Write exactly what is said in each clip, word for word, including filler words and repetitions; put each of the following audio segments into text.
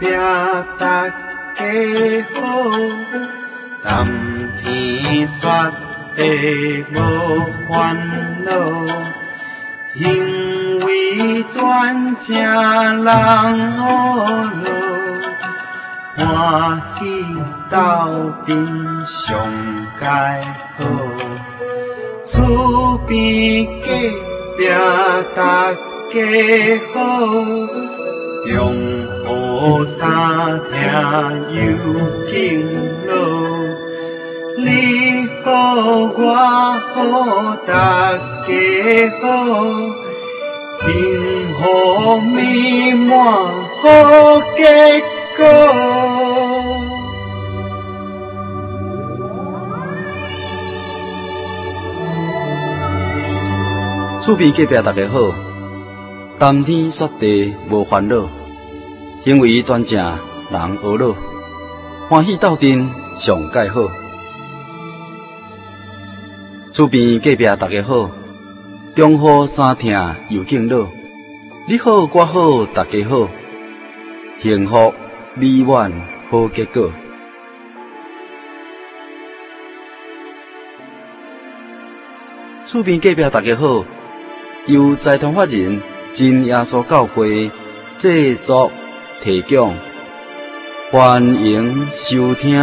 壁大家好，谈天说地无烦恼，因为断正人好路，欢喜斗阵上佳好，厝边隔壁大家好，中好三听有敬老，你好我好大家好，幸福美满好结果。 厝边隔壁大家好，谈天说地无烦恼，行为端正人和乐，欢喜斗阵上介好。厝边隔壁大家好，中好三听又敬老，你好我好大家好，幸福美满好结果。厝边隔壁大家好，由财团法人真耶稣教会制作提供，欢迎收听。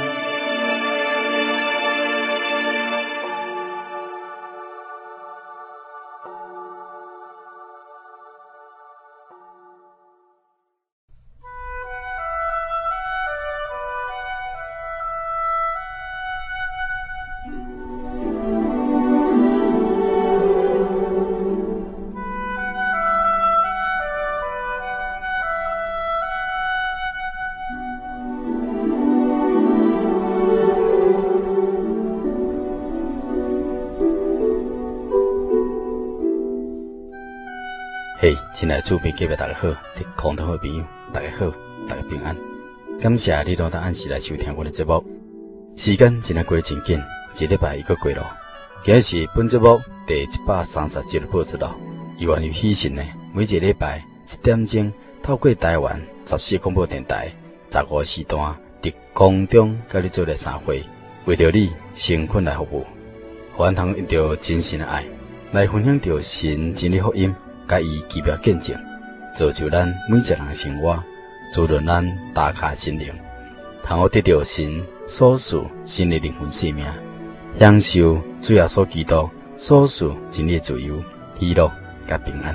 嘿，亲爱的厝边隔壁大家好，伫空中好朋友，大家好，大家平安。感谢你拢当按时来收听我的节目。时间真系过得真紧，一礼拜一个过咯。今日是本节目第一百三十集的播出咯。希望有喜讯呢，每一个礼拜一点钟，透过台湾十四广播电台十五时段，伫空中甲你做个相会，为着你成群来服务，还通用着真心的爱来分享着神真理福音。甲伊奇妙见证，造就咱每一个人的生活，滋润咱打卡心灵，通好得到神所赐新的灵魂生命，享受主耶稣基督所赐真理自由、喜乐甲平安。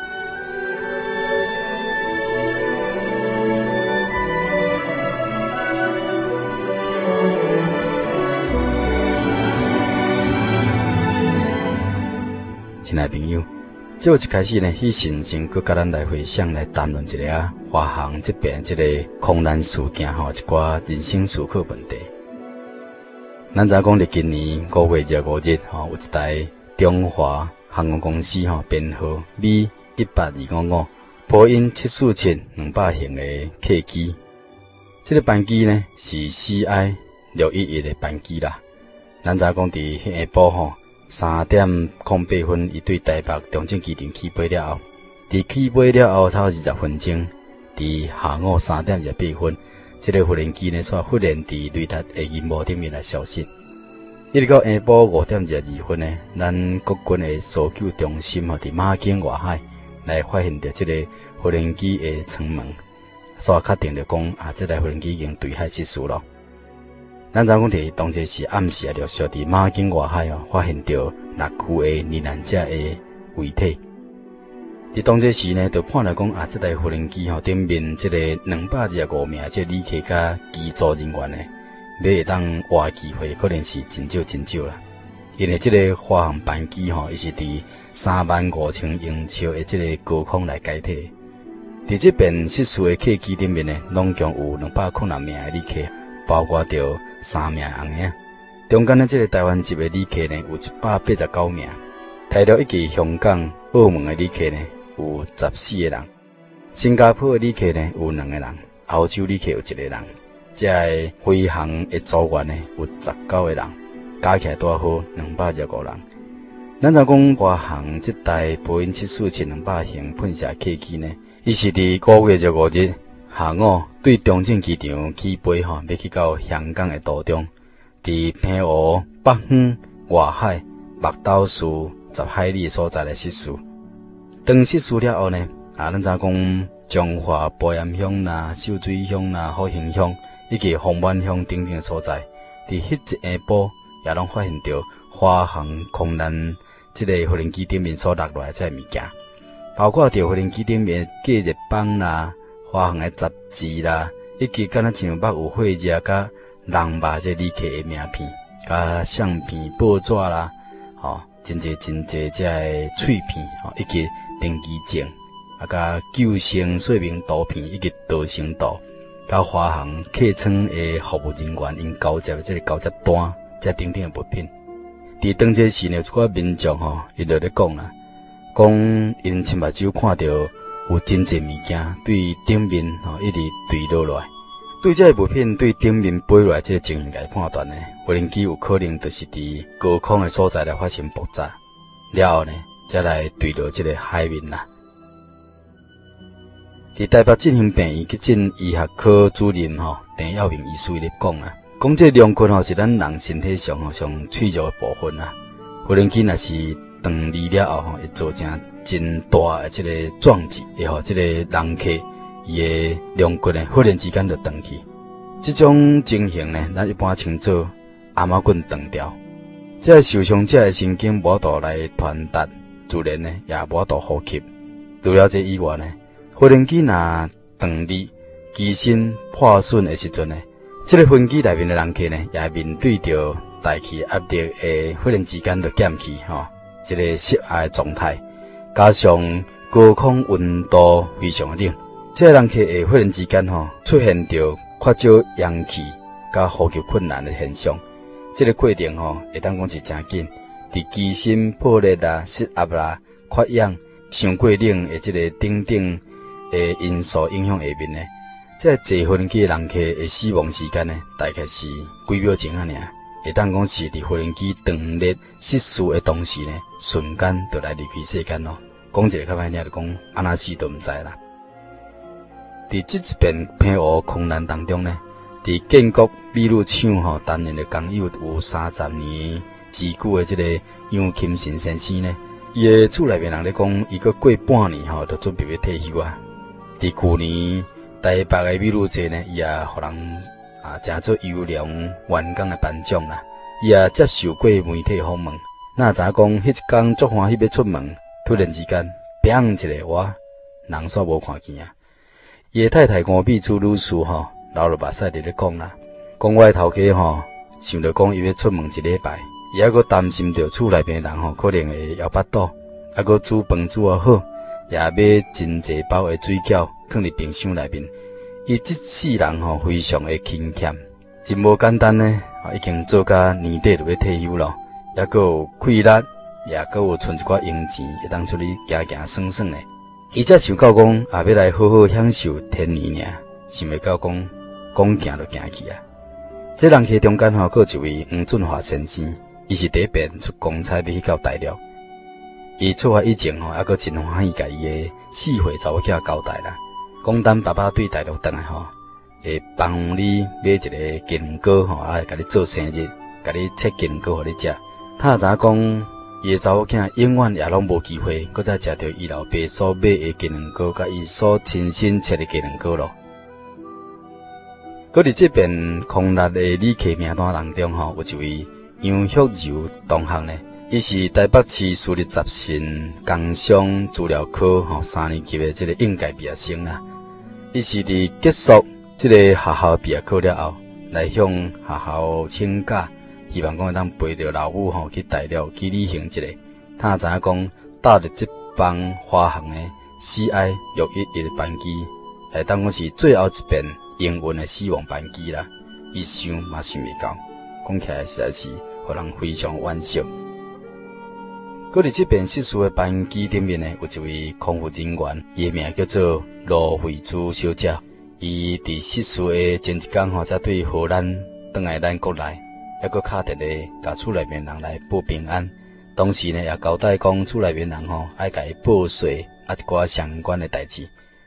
亲爱的朋友，这一开始呢，迄神先佮甲咱来回想来谈论一个啊，华航这边这个空难事件吼，一寡人生思考问题。咱知影讲，伫今年五月二十五日吼，有一台中华航空公司吼编号 B 一八二五五波音七四七两百型的客机，这个班机呢是 C I 六一一的班机啦。咱知影讲，伫下晡吼。三点零八分，伊对台北中正机场起飞了后，伫起飞了后超二十分钟，伫下午三点二十八分，这个无人机呢，煞忽然伫雷达的荧幕顶面来消失。一直到下晡五点二十二分呢，咱国军的搜救中心吼，伫马景外海来发现着这个无人机的舱门，煞确定着讲啊，这台无人机已经对海失事了。咱知影讲，伫当时是暗时啊，陆续伫马景外海哦，发现到六具的遇难者的遗体。伫当时时呢，就判来讲啊，这台无人机吼顶面这个两百二十五名这旅客甲机组人员呢，要会当活机会可能是真少真少啦。因为这个华航班机吼，伊是伫三万五千英尺的这个高空来解体。伫这边失事的客机顶面呢，拢共有两百零六名的旅客。包括着三名红仔，中间呢，这个台湾籍的旅客呢有一百八十九名，台陆以及香港、澳门的旅客呢有十四个人，新加坡的旅客呢有两个人，欧洲旅客有一个人，这个飞航的组员呢有十九个人，加起来多好两百二十五人。咱就讲华航这台波音七四七两百型喷射客机呢，伊是伫五月二十五日下午对中正机场起飞吼，要去到香港的途中，伫平湖北方外海木斗树十海里所在的失事。当失事了后呢，啊，咱知讲中华保盐乡啦、秀水乡啦、福兴乡以及凤湾乡等等的所在，伫迄一下晡也拢发现到华航空难即个飞行机顶面所落来这物件，包括着飞行机顶面的隔热板啦、华航的杂志啦，以及敢若像捌有血液甲人肉这旅客的名片、甲相片、报纸啦，吼、哦，真侪真侪这的碎片，吼、哦，以及登机证，啊，甲救生说明图片以及导生图，甲华航客舱的服务人员因交接的这个交接单，这等等的物品。伫当这时呢，一寡民众吼，伊就咧讲啦，讲因亲目睭看到有真侪物件对顶面吼一直坠落来，对这个物品对顶面飞落来这个情形来判断呢，飞行机有可能就是伫高空的所在来发生爆炸，了后呢，才来坠落这个海面啦。伫台北进行病院急诊医学科主任吼陈耀明医师咧讲啦，讲这龙骨吼是咱人身体上吼上脆弱的部分啦。飞行机若是断离了后吼，会造成真大的这个撞击，会互这个人客伊的龙骨呢忽然之间就断去。这种情形呢，咱一般称作阿妈棍断掉。这受伤者的神经无度来传达，自然呢也无度呼吸。除了这以外呢，飞行机若断离、机身破损的时阵呢，这个飞行机内面的人客呢，也面对着大气压力的忽然之间就减去吼，这个失压的状态，加上高空温度非常冷，这个人客会忽然之间吼出现着缺少氧气、甲呼吸困难的现象。这个过程吼，会当讲是真紧，伫机身破裂啦、失压啦、缺氧、伤过冷的这个等等的因素影响下面呢，这坐飞行机的人客的死亡时间呢，大概是几秒钟啊尔，会当讲是伫飞行机断裂失事的同时呢，瞬间就来离开世间咯。讲一个较歹听就讲，安那死都唔知啦。伫这一遍平湖空难当中呢，伫建国秘鲁厂吼担任的工友有三十年之久的这个杨金信先生呢，伊的厝内面人咧讲，伊阁过半年吼，就准备要退休啊。伫去年台北的秘鲁节呢，伊也互人啊诚做优良员工的颁奖啦。伊也接受过媒体访问，那知影讲迄一天足欢喜要出门，突然之间，砰一个哇，人煞无看见啊！伊的太太郭碧珠女士吼，流落目屎伫咧讲啦，讲我的头家吼，想着讲伊要出门一礼拜，伊还阁担心着厝内边人吼可能会枵巴肚，还阁煮饭煮啊好，也买真济包的水饺放伫冰箱内面。伊这世人吼非常的勤俭，真无简单呢，已经做甲年底就要退休咯，也阁有气力，也阁有存一寡用钱，会当出去行行耍耍呢。伊才想到讲，也要来好好享受天年尔，想袂到讲讲行就行去啊。这人客中间吼，阁有一位黄俊华先生，伊是第一遍出公差要去到大陆。伊出发以前吼，还阁真欢喜甲伊的四岁查某囝交代啦，讲等爸爸对大陆回来吼，会帮你买一个鸡卵糕吼，啊，甲你做生日，甲你切鸡卵糕互你食。他知影讲，伊的查某囝永远也拢无机会，搁再食到伊老爸所买的鸡卵糕，甲伊所亲身切的鸡卵糕咯。搁伫这边空难的旅客名单当中吼，有一位杨旭柔同学呢，伊是台北市私立集成工商资料科吼三年级的这个应届毕业生啊。伊是伫结束这个学校毕业考了后，来向学校请假，希望讲会当陪着老母吼去大陆去旅行一下。他知影讲搭入这帮华航的 C I 六一一的班机，来当讲是最后一遍营运的死亡班机啦。伊想嘛想袂到，讲起来实在是互人非常惋惜。搁伫这边失事的班机顶面呢，有一位空服人员，伊的名叫做罗慧珠小姐。伊伫失事的前一天吼，才对荷兰转来咱国内，还阁敲电话甲厝内面人来报平安。同时呢，也交代讲厝内面人吼，爱甲伊报税啊一寡相关的代志。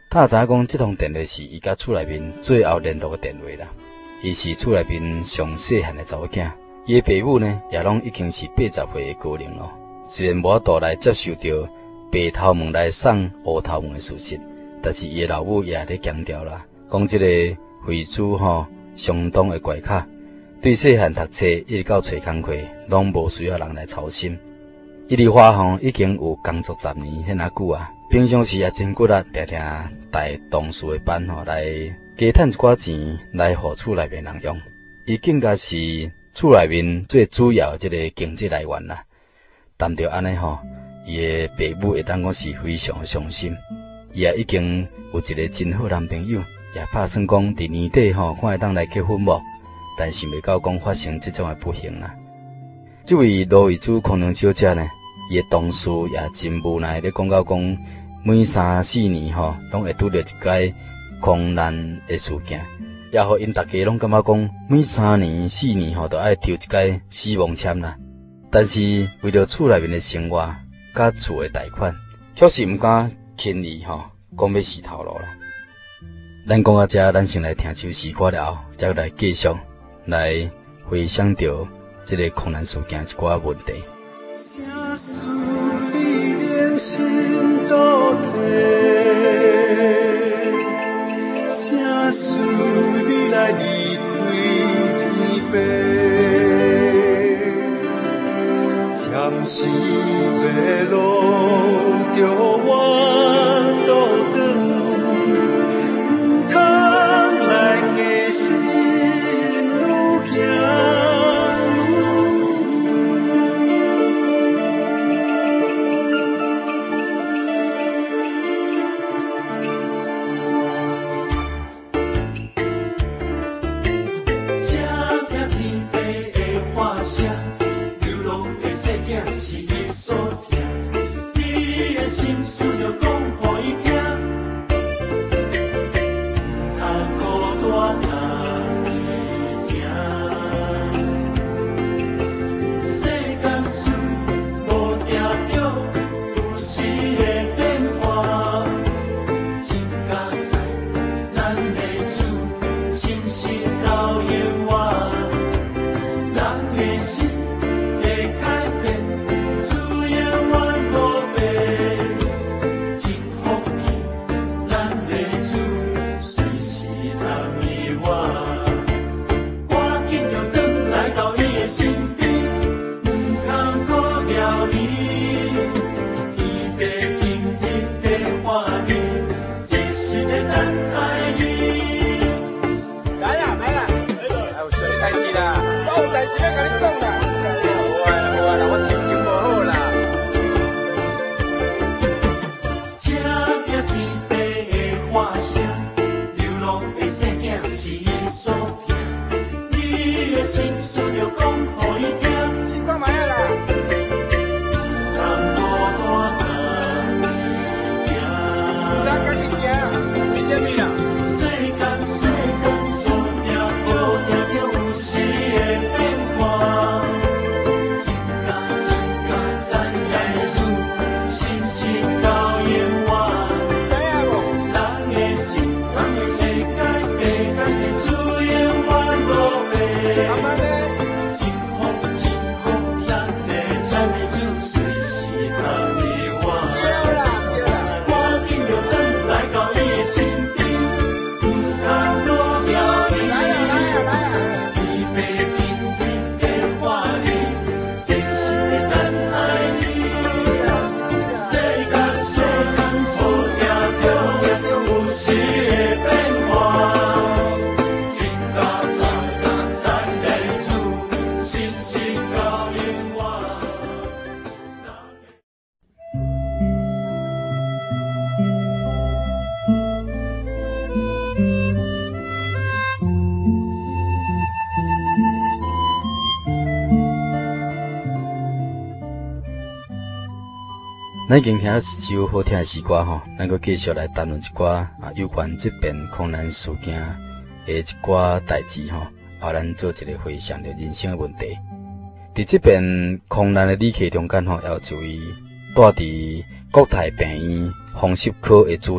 他知影讲，这通电话是伊甲厝内面最后联络的电话啦。伊是厝内面上细汉的查某囝，伊的爸母呢，也拢已经是八十岁的高龄咯。虽然无度来接受到白头毛来送乌头毛的事实，但是伊的老母也咧强调啦，讲这个惠子吼相当的乖巧，对细汉读册一直到找工课，拢无需要人来操心。伊伫花行已经有工作十年，遐那久啊。平常时也真骨力，常常带同事的班吼来加趁一寡钱来互厝内面人用。伊更加是厝内面最主要的这个经济来源啦。谈到安尼吼，伊的爸母会当讲是非常伤心。伊也已经有一个真好男朋友，也打算讲伫年底吼看会当来结婚无，但是未到讲发生这种的不幸啦。这位罗惠珠空中小姐呢，伊的同事也真无奈咧讲到讲。每三四年吼，拢会拄着一届空难的事件，也互因大家拢感觉讲，每三年四年吼，都爱抽一届死亡签啦。但是为了厝内面的生活甲厝的贷款，确实毋敢轻易吼讲要死头路啦。咱讲到这，咱先来听首诗歌了后，再来继续来回想着这个空难事件一寡问题。 心都提，啥事你来离开天边？暂时要路着我倒转，不通咱的心愈行。 咱已经听一首好听的诗歌吼，咱阁继续来谈论一寡啊有关这边空难事件的一寡代志吼，后咱做一个回想着人生的问题。伫这边空难的旅客中间吼，也有一位住伫国泰病院风湿科的主任，伊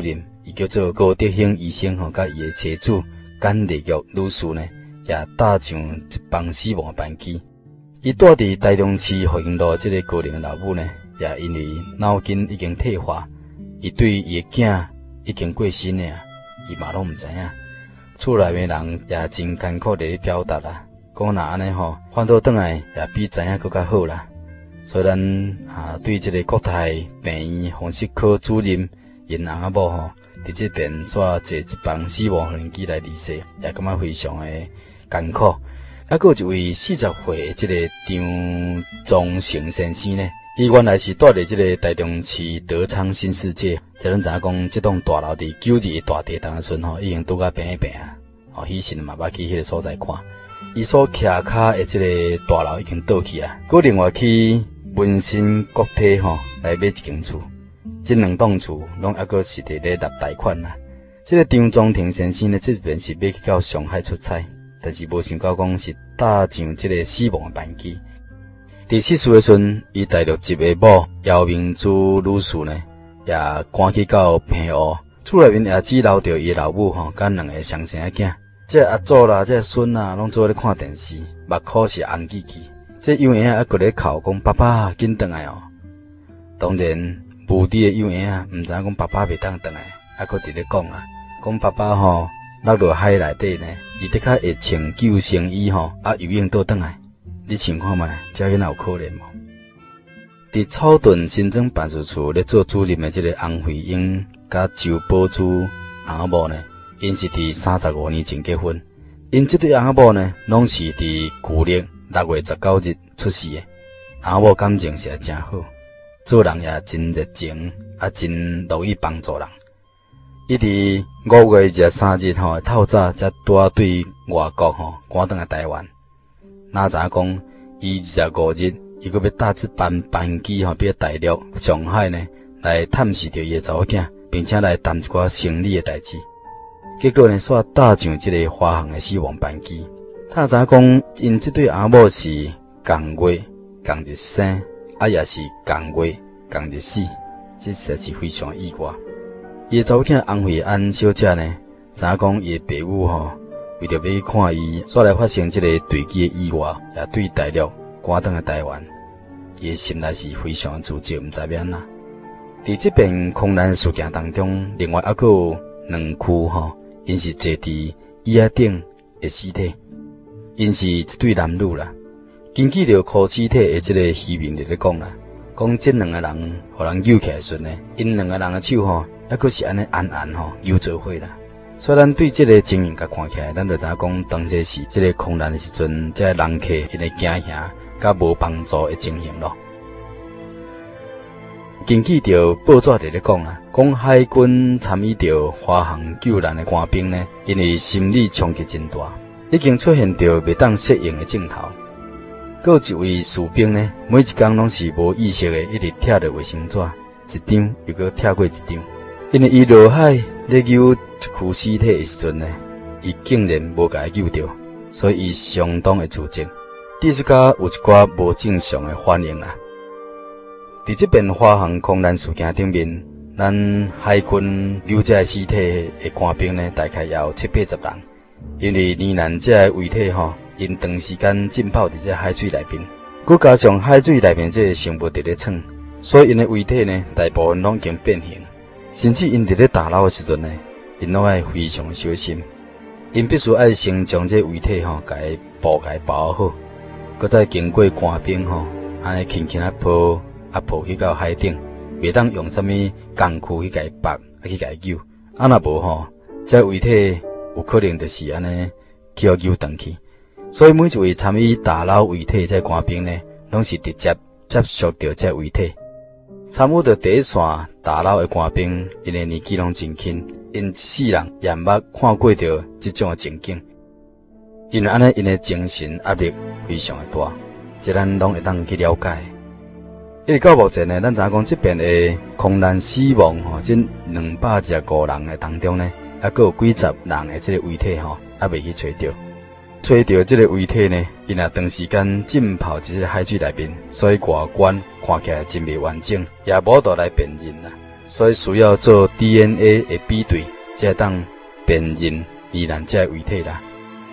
伊叫做高德兴医生吼，甲伊的妻子简丽玉女士呢，也踏上一帮死亡的班机。伊住伫台中市福兴路这个高龄的老母呢，也因为脑筋已经退化，伊对伊的囝已经过身了，伊嘛拢毋知影。厝内面人也真艰苦地咧表达啦，讲若安尼吼，反倒转来也比知影搁较好啦。所以咱啊，对这个国泰病院风湿科主任因翁仔某吼，伫这边煞坐一帮死亡飞机来离世，也感觉非常的艰苦。啊，还有一位四十岁的这个张忠成先生呢，伊原来是住伫这个台中市德昌新世界，即咱知影讲，这栋大楼伫九二大地震的时阵吼，已经拄甲平一平啊，哦，迄时嘛捌去迄个所在看，伊所徛卡的这个大楼已经倒去啊，佮另外去文心国体吼来买一间厝，这两栋厝拢还阁是伫咧纳贷款啦。这个张忠庭先生呢，这边是要去到上海出差，但是无想到讲是搭上这个死亡的班机。第四事的时阵，伊带着一个某姚明珠女士呢，也赶去到平湖，厝内面也只留着伊老母吼，甲两个双生的囝。这阿祖啦，这孙啊，拢做咧看电视，目眶是红起起。这幼婴啊，还搁咧哭讲爸爸紧转来哦。当然，无敌的幼婴啊，毋知影讲爸爸袂当转来，还搁伫咧讲啊，讲爸爸吼落落海内底呢，伊得较会穿救生衣吼，啊游泳倒转来。你想看觅，这囡仔有可能无？伫草屯新庄办事处咧做主任的这个洪慧英甲周宝珠翁仔某呢，因是伫三十五年前结婚，因这对翁仔某呢，拢是伫旧历六月十九日出世的。翁仔某感情是真好，做人也真热情，啊真乐意帮助人。伊伫五月二十三日吼透早才带对外国吼赶转来台湾。哪知影讲，伊二十五日伊阁要搭这班班机吼，去大陆上海呢来探视着伊的查某囝，并且来谈一寡生理的代志。结果呢，煞搭上这个华航的死亡班机。他知影讲，因这对阿某是同月同日生，啊也是同月同日死，这实在是非常意外。伊的查某囝洪慧安小姐呢，知影讲伊的爸母吼，为着要去看伊，所来发生这个坠机的意外，也对大陆赶转来台湾，伊的心内是非常自责，毋知要安怎。伫这边空难事件当中，另外还阁有两具吼，因是坐伫椅仔顶的尸体。因是一对男女啦，根据着靠尸体的这个虚名在咧讲啦，讲这两个人互人救起来时呢，因两个人的手吼，还阁是安尼暗暗吼游做伙啦。所以咱对这个情形甲看起来，咱就知影讲当时是这个空难的时阵，这个人客因的惊吓甲无帮助的情形咯。根据着报纸在咧讲啦，讲海军参与着华航救难的官兵呢，因为心理冲击真大。已经出现着袂当适应的镜头，还有一位士兵呢，每一工拢是无意识的，一直贴着卫生纸，一张又搁贴过一张。因为伊落海咧救一具尸体的时阵呢，伊竟然无甲伊救着，所以伊相当的自责，第出甲有一寡无正常的反应啦。伫这边华航空难事件顶面，咱海军救这尸体的官兵呢，大概也有七八十人。因为罹难者的遗体吼，因长时间浸泡伫这海水内面，佮加上海水内面这个生物伫咧创，所以因的遗体呢，大部分拢已经变形。甚至因伫咧打捞的时阵呢，因拢爱非常小心，因必须爱先将这遗体吼，甲伊布甲伊包好，佮再经过官兵吼，安尼轻轻啊抱啊抱去到海顶，袂当用啥物工具去甲伊绑，啊去甲伊救，啊若无吼，这遗体。有可能就是安尼去互救回去，所以每一位参与打捞遗体这官兵呢，拢是直接接触到这遗体。参与到第一线打捞的官兵，因的年纪拢真轻，因一世人也毋捌看过着这种的情景，因为安尼因的精神压力非常的大，这咱拢会当去了解。因为到目前呢，咱知影讲这边的空难死亡吼，这两百二十五人的当中呢。还阁有几十人的这个遗体吼，还未去找到。找到这个遗体呢，因也长时间浸泡伫这个海水内面，所以外观看起来真未完整，也无度来辨认啦。 所以需要做 D N A 的比对，才当辨认伊咱这遗体啦。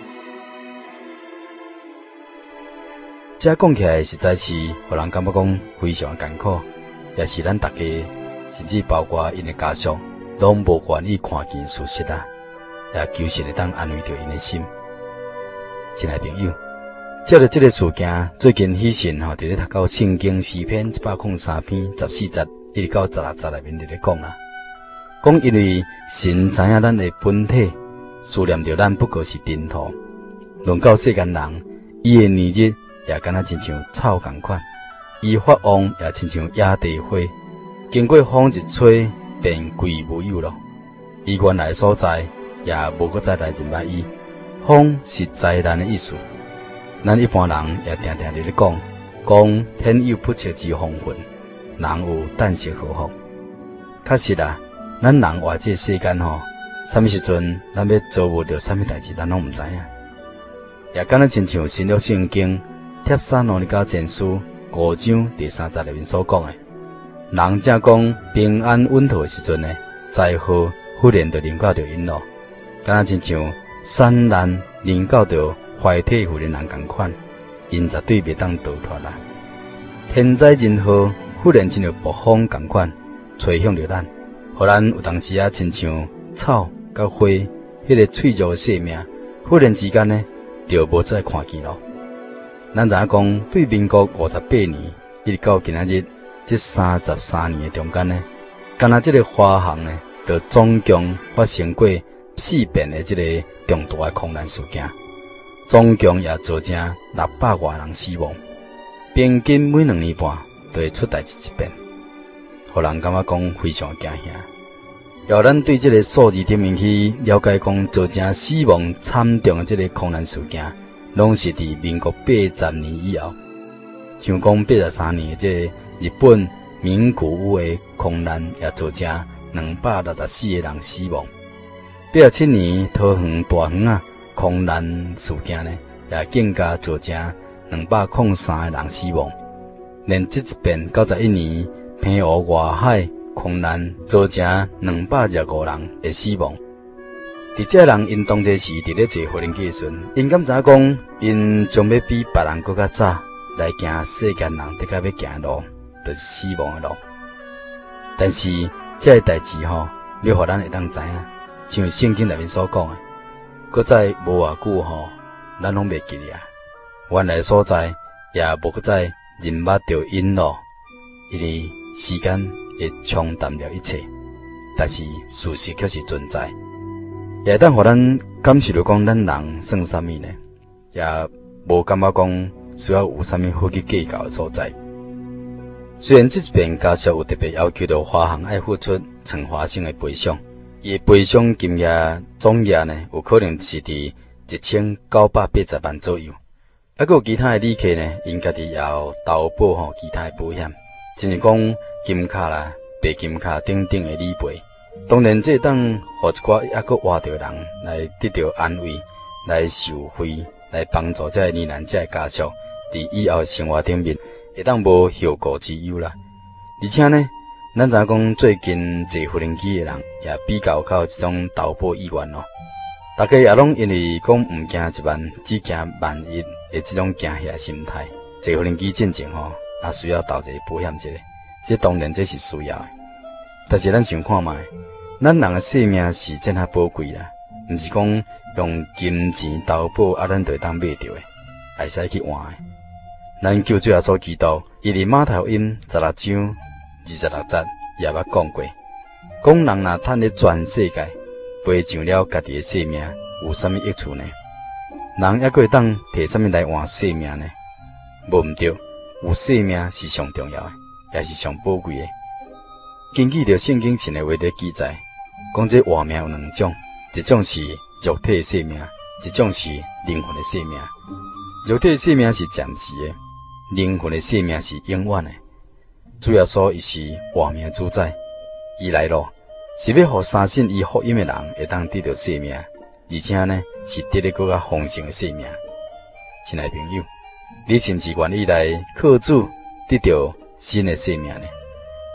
这讲起来实在是，互人感觉讲非常艰苦，也是咱大家，甚至包括因的家属，拢无愿意看见事实啦，也求神会当安慰着因的心。亲爱朋友，借着这个事件，最近喜信吼，伫咧读到圣经诗篇一百零三篇十四节，一直到十六节内面伫咧讲啦，讲因为神知影咱的本体，思念着咱不过是尘土，论到世间人，伊的年日也敢若亲像草共款，伊发旺也亲像野地花，经过风一吹，便归无有咯。伊原来所在也无搁再来入捌伊。风是灾难的意思，咱一般人也常常伫咧讲，讲天有不测之风云，人有旦夕祸福。确实啦，咱人活这世间吼，什么时阵咱要遭遇着什么代志，咱拢毋知影。也敢若亲像新约圣经帖撒罗尼迦前书五章第三节里面所讲的，人正讲平安稳妥的时阵呢，灾祸忽然就临到着因咯，敢若亲像山难临到着坏体负的人共款，因绝对袂当逃脱啦。天灾人祸忽然亲像暴风共款，吹向着咱，互咱有当时啊，亲像草甲花，迄个脆弱的生命，忽然之间呢，就无再看见咯。咱知影讲，对民国五十八年一直到今仔日，这三十三年的中间呢，敢若这个华航呢，就总共发生过四遍的这个重大的空难事件，总共也造成六百外人死亡，平均每两年半就会出代志一遍，互人感觉讲非常惊吓。要咱对这个数字顶面去了解讲，造成死亡惨重的这个空难事件，拢是伫民国八十年以后，像讲八十三年的这个日本名古屋的空难，也造成两百六十四个人死亡。八十七年桃园大园啊空难事件呢，也更加造成两百零三个人死亡。连这一遍九十一年澎湖外海空难，造成两百二十五人的死亡。伫这人因当这时伫咧坐飞机时阵，因敢知影讲，因将要比别人搁较早来行世间人得甲要行路，就是死亡的路。但是这个代志吼，要互咱会当知影。像圣经内面所讲的，搁再无偌久吼，咱拢袂记哩啊。原来所在也无搁再认捌着因咯，因为时间会冲淡了一切，但是事实却是存在，也当互咱感受到讲，咱人算啥物呢？也无感觉讲需要有啥物好去计较的所在。虽然这一遍家属有特别要求到华航爱付出惩罚性的赔偿。伊赔偿金额总额呢，有可能是伫一千九百八十万左右。啊，还有其他的旅客呢，因家己也有投保吼其他的保险，亲像讲金卡啦、白金卡等等的理赔。当然，这当互一寡抑搁活着人来得到安慰，来受惠，来帮助这罹难者的家属，伫以后生活顶面会当无后顾之忧啦。而且呢，咱知影讲，最近坐飞机的人也比较较有这种投保意愿咯。大家也拢因为讲毋惊一万，只惊万一的这种惊吓心态，坐飞机进前吼，也需要投一个保险一个。这当然这是需要的，但是咱想看卖，咱人的性命是真较宝贵啦，毋是讲用金钱投保啊，咱就会当买着的，会使去换的。咱救主耶稣基督，伊伫马太福音十六章二十六节也捌讲过，讲人若趁咧全世界，赔上了家己的性命，有啥物益处呢？人还佫会当摕啥物来换性命呢？无毋对，有性命是上重要的，也是上宝贵的。根据着圣经神的话咧记载，讲这活命有两种，一种是肉体的性命，一种是灵魂的性命。肉体的性命是暂时的，灵魂的性命是永远的。主要说伊是活命主宰，伊来咯，是要互相信伊福音的人会当得到生命，而且呢是得咧更较丰盛的生命。亲爱的朋友，你是毋是愿意来靠主得到新的生命呢？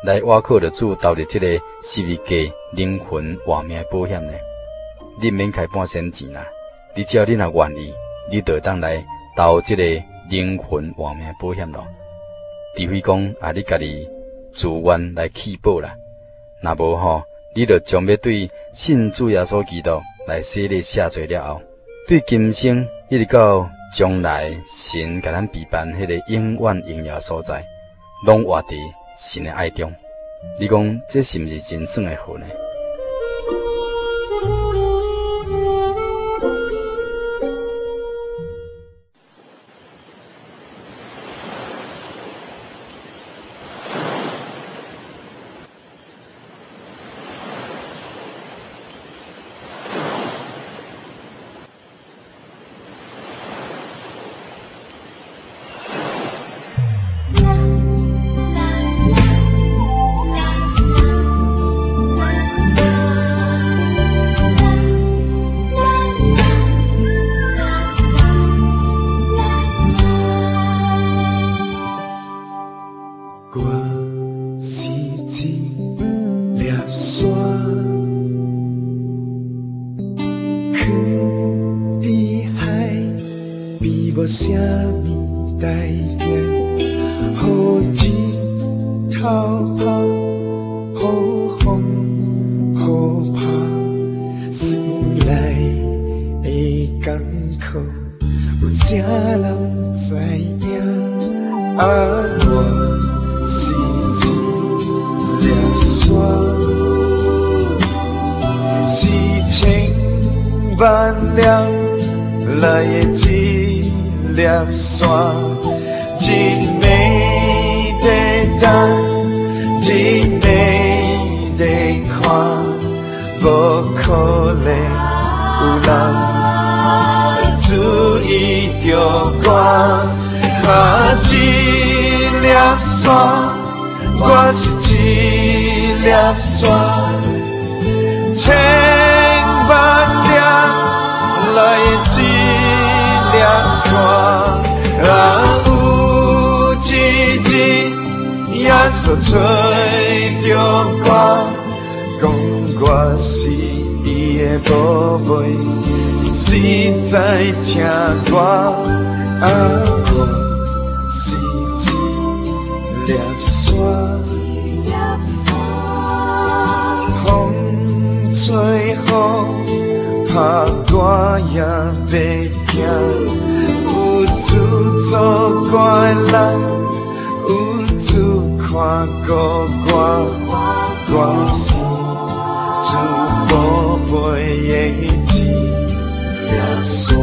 来挖靠着主投入这个十字架灵魂活命保险呢？你免开半仙钱啦，你只要你若愿意，你就当来投这个灵魂活命保险咯。除非讲啊，你家己自愿来起保啦，若无吼，你就将要对信主耶稣基督来洗礼下罪了后，对今生一直到将来神给咱备办迄个永远荣耀所在，拢活伫神的爱中。你讲这是毋是真算会好呢？ 无啥物代表，雨日透泡，雨风雨拍，醒来的艰苦，有啥人知影？啊，我是一粒沙，是千万粒来的一粒沙，一暝在等，一暝在看，无可能有人注意着我。啊，一粒沙，我是一粒沙，千万粒来一粒沙。啊，有一日耶稣吹着我，讲我是伊的宝贝，实在听我。啊，我是一粒沙，风吹雨拍我也袂惊。有主做我的人，有主看顾我，我是主宝贝的一粒沙。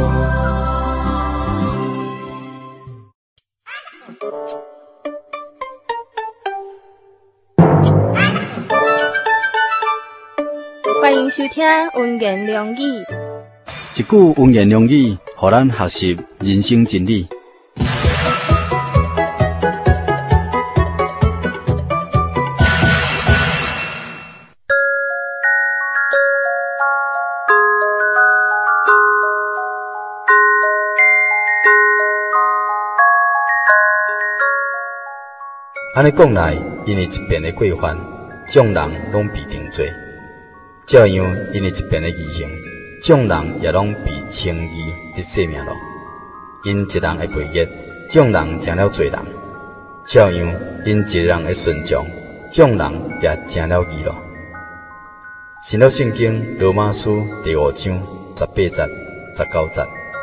欢迎收听文言良语， 一句文言良语，互咱学习人生真理。安尼讲来，因为一边的过犯，众人拢被定罪；照样因为一边的义行，众人也拢被称义得生命咯。因一人的背逆，众人成了罪人；照样因一人的顺从，众人也成了义咯。新约圣经罗马书第五章十八节、十九节。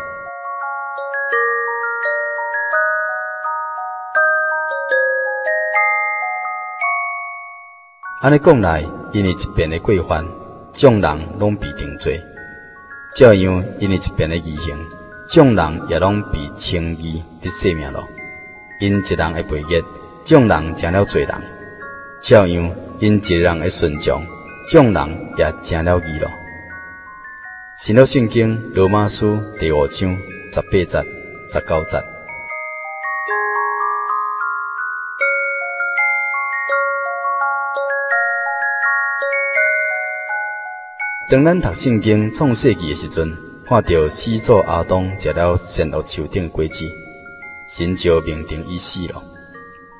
安尼讲来，因为一边的过犯，众人拢被定罪；照样因为一边的义行，众人也拢被称义得生命咯。因一人的背逆，众人成了罪人；照样因一人的顺从，众人也成了义咯。新约圣经罗马书第五章十八节、十九节。当咱读圣经创世纪的时阵，看到始祖亚当食了善恶树顶的果子，神就命定伊死咯。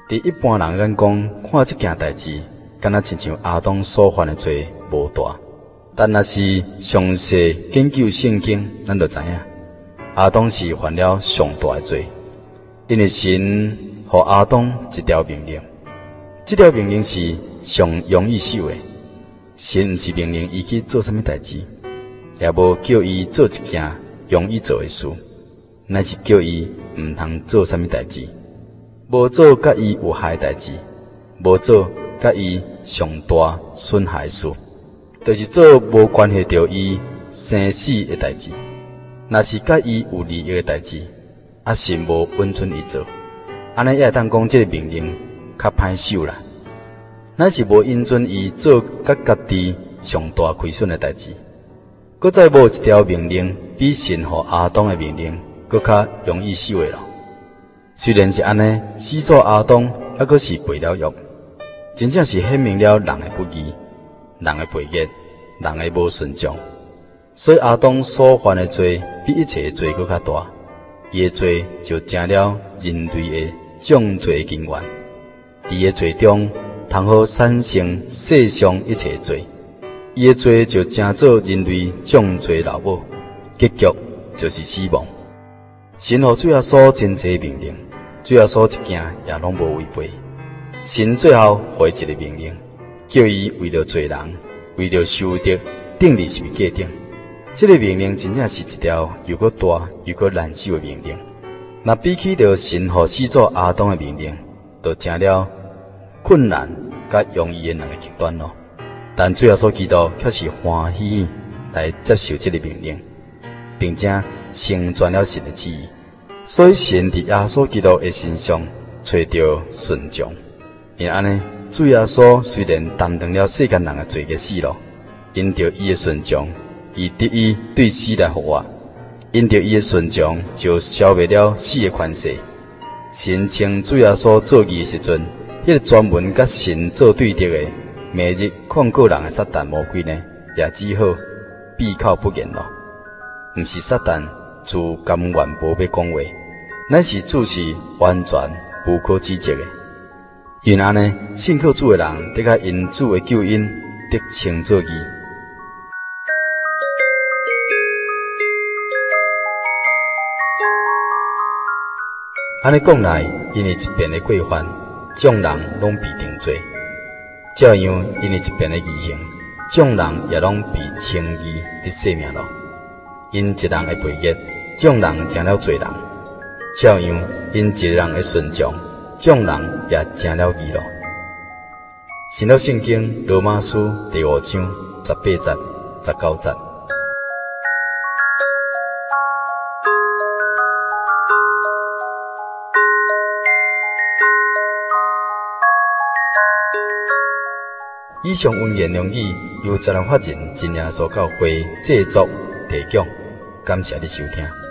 伫一般人眼光，看这件代志，敢若亲像亚当所犯的罪无大，但若是详细研究圣经，咱就知影，亚当是犯了上大的罪，因为神互亚当一条命令，这条命令是上容易守的。神毋是命令伊去做啥物代志，也无叫伊做一件容易做的事，乃是叫伊毋通做啥物代志，无做甲伊有害的代志，无做甲伊上大损害的事，就是做无关系到伊生死的代志。若是甲伊有利益的代志，啊神无允准伊做，安尼也会当讲这个命令较歹守啦。咱是无允准伊做甲家己上大亏损的代志，搁再无一条命令比神互亚当的命令搁较容易守的咯。虽然是安尼，始祖亚当还阁是背了约，真正是显明了人的不义、人的悖逆、人的无顺从。所以亚当所犯的罪比一切的罪搁较大，伊的罪就成了人类的重罪根源。伊的罪中，通好产生世上一切罪，伊的罪就成做人类重罪老母，结局就是死亡。神互主耶稣真济命令，主耶稣一件也拢无违背。神最后回一个命令，叫伊为了罪人，为了修德，定立十字架顶。这个命令真正是一条又搁大又搁难守的命令。那比起着神互始祖亚当的命令，就成了困难甲容易的两个极端咯。但主耶稣基督却是欢喜喜来接受这个命令，并且成全了神的旨意。所以神伫耶稣基督的身上找到顺从。因安尼，主耶稣虽然担当了世间人的罪孽死咯，因着伊的顺从，伊得以对死来复活；因着伊的顺从，就消灭了死的权势。神称主耶稣做义的时阵，迄个专门甲神做对敌的，每日控告人的撒旦魔鬼呢，也只好闭口不言咯。毋是撒旦自甘愿无要讲话，乃是主是完全无可指责的。因安尼，信靠主的人，得甲因主的救恩得称作义。安尼讲来，因为一边的过犯，众人拢被定罪；照样因为一边的义行，众人也拢被称义得生命咯。因一人的悖逆，众人成了罪人；照样因一人的顺从，众人也成了义咯。神了圣经罗马书第五章十八节、十九节。以上文言良语由自然法人真耶稣教会制作提供，感谢你收听。